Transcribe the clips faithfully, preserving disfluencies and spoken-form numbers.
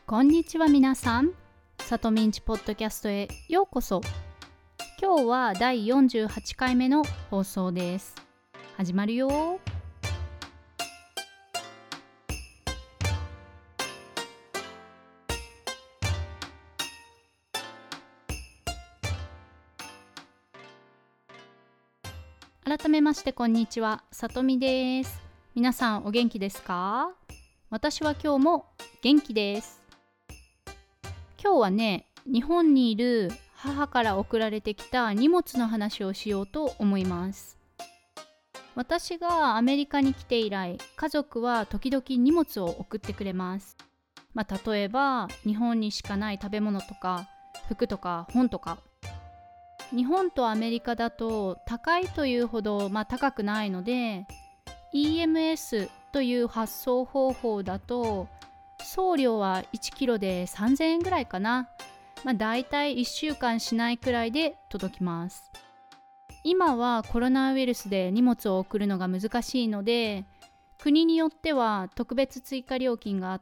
こんにちは皆さん、さとみんちポッドキャストへようこそ。今日はだいよんじゅうはちかいめの放送です。始まるよ。改めましてこんにちは、さとみです。皆さんお元気ですか？私は今日も元気です。今日はね、日本にいる母から送られてきた荷物の話をしようと思います。私がアメリカに来て以来、家族は時々荷物を送ってくれます。まあ、例えば日本にしかない食べ物とか服とか本とか。日本とアメリカだと高いというほど、まあ、高くないので イーエムエス という発送方法だと送料はいちキロでさんぜんえんぐらいかな。まあ、だいたいいっしゅうかんしないくらいで届きます。今はコロナウイルスで荷物を送るのが難しいので、国によっては特別追加料金があって、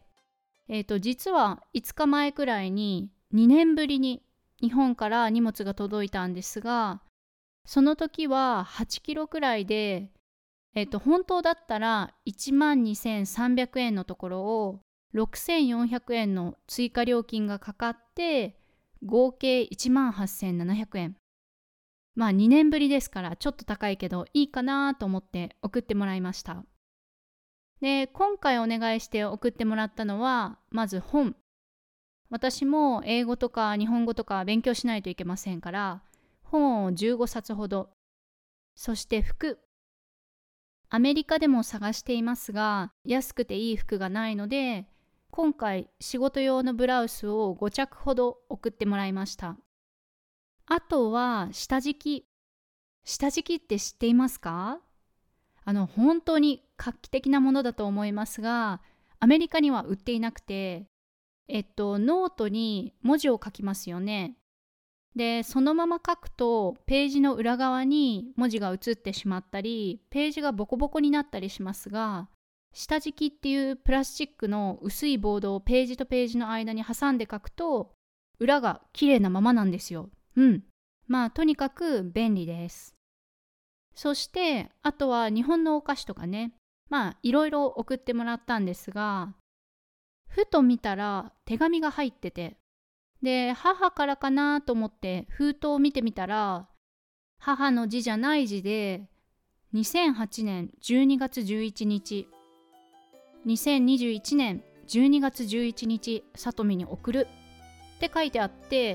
えーと、実はいつかまえくらいににねんぶりに日本から荷物が届いたんですが、その時ははちキロくらいで、えっと、本当だったらいちまんにせんさんびゃくえんのところをろくせんよんひゃくえんの追加料金がかかって合計いちまんはっせんななひゃくえん。まあにねんぶりですからちょっと高いけどいいかなと思って送ってもらいました。で、今回お願いして送ってもらったのはまず本。私も英語とか日本語とか勉強しないといけませんから本をじゅうごさつほど。そして服。アメリカでも探していますが安くていい服がないので、今回仕事用のブラウスをごちゃくほど送ってもらいました。あとは下敷き。下敷きって知っていますか？あの本当に画期的なものだと思いますが、アメリカには売っていなくて、えっとノートに文字を書きますよね。で、そのまま書くとページの裏側に文字が写ってしまったり、ページがボコボコになったりしますが、下敷きっていうプラスチックの薄いボードをページとページの間に挟んで書くと裏が綺麗なままなんですよ。うん。まあとにかく便利です。そしてあとは日本のお菓子とかね、まあいろいろ送ってもらったんですが、ふと見たら手紙が入ってて、で、母からかなと思って封筒を見てみたら、母の字じゃない字で、にせんはちねんじゅうにがつじゅういちにち、にせんにじゅういちねんじゅうにがつじゅういちにち、さとみに送るって書いてあって、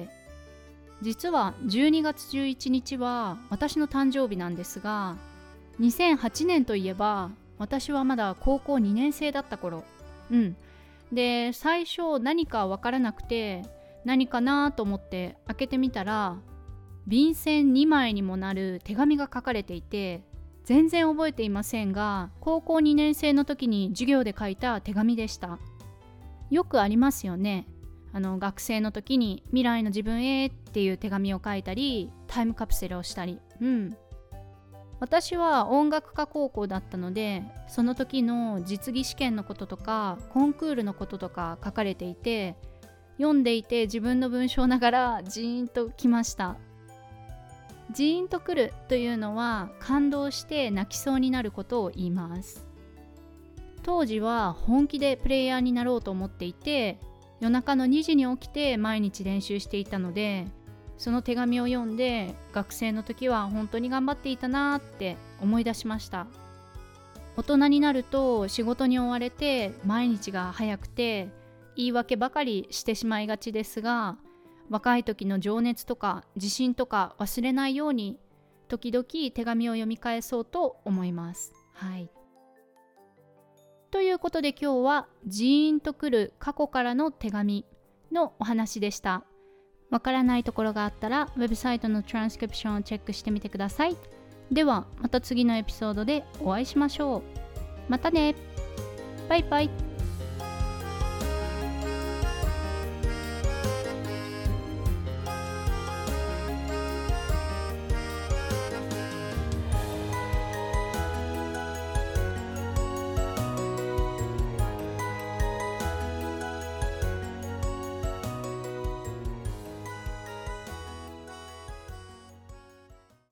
実はじゅうにがつじゅういちにちは私の誕生日なんですが、にせんはちねんといえば私はまだ高校にねんせいだった頃。うん。で、最初何かわからなくて、何かなと思って開けてみたら、便箋にまいにもなる手紙が書かれていて、全然覚えていませんが、高校にねんせいの時に授業で書いた手紙でした。よくありますよね。あの学生の時に未来の自分へっていう手紙を書いたり、タイムカプセルをしたり。うん。私は音楽科高校だったので、その時の実技試験のこととかコンクールのこととか書かれていて、読んでいて自分の文章ながらジーンときました。ジーンとくるというのは感動して泣きそうになることを言います。当時は本気でプレイヤーになろうと思っていて、夜中のにじに起きて毎日練習していたので、その手紙を読んで学生の時は本当に頑張っていたなって思い出しました。大人になると仕事に追われて毎日が早くて言い訳ばかりしてしまいがちですが、若い時の情熱とか自信とか忘れないように時々手紙を読み返そうと思います。はい。ということで今日はジーンとくる過去からの手紙のお話でした。わからないところがあったらウェブサイトのトランスクリプションをチェックしてみてください。ではまた次のエピソードでお会いしましょう。またね。バイバイ。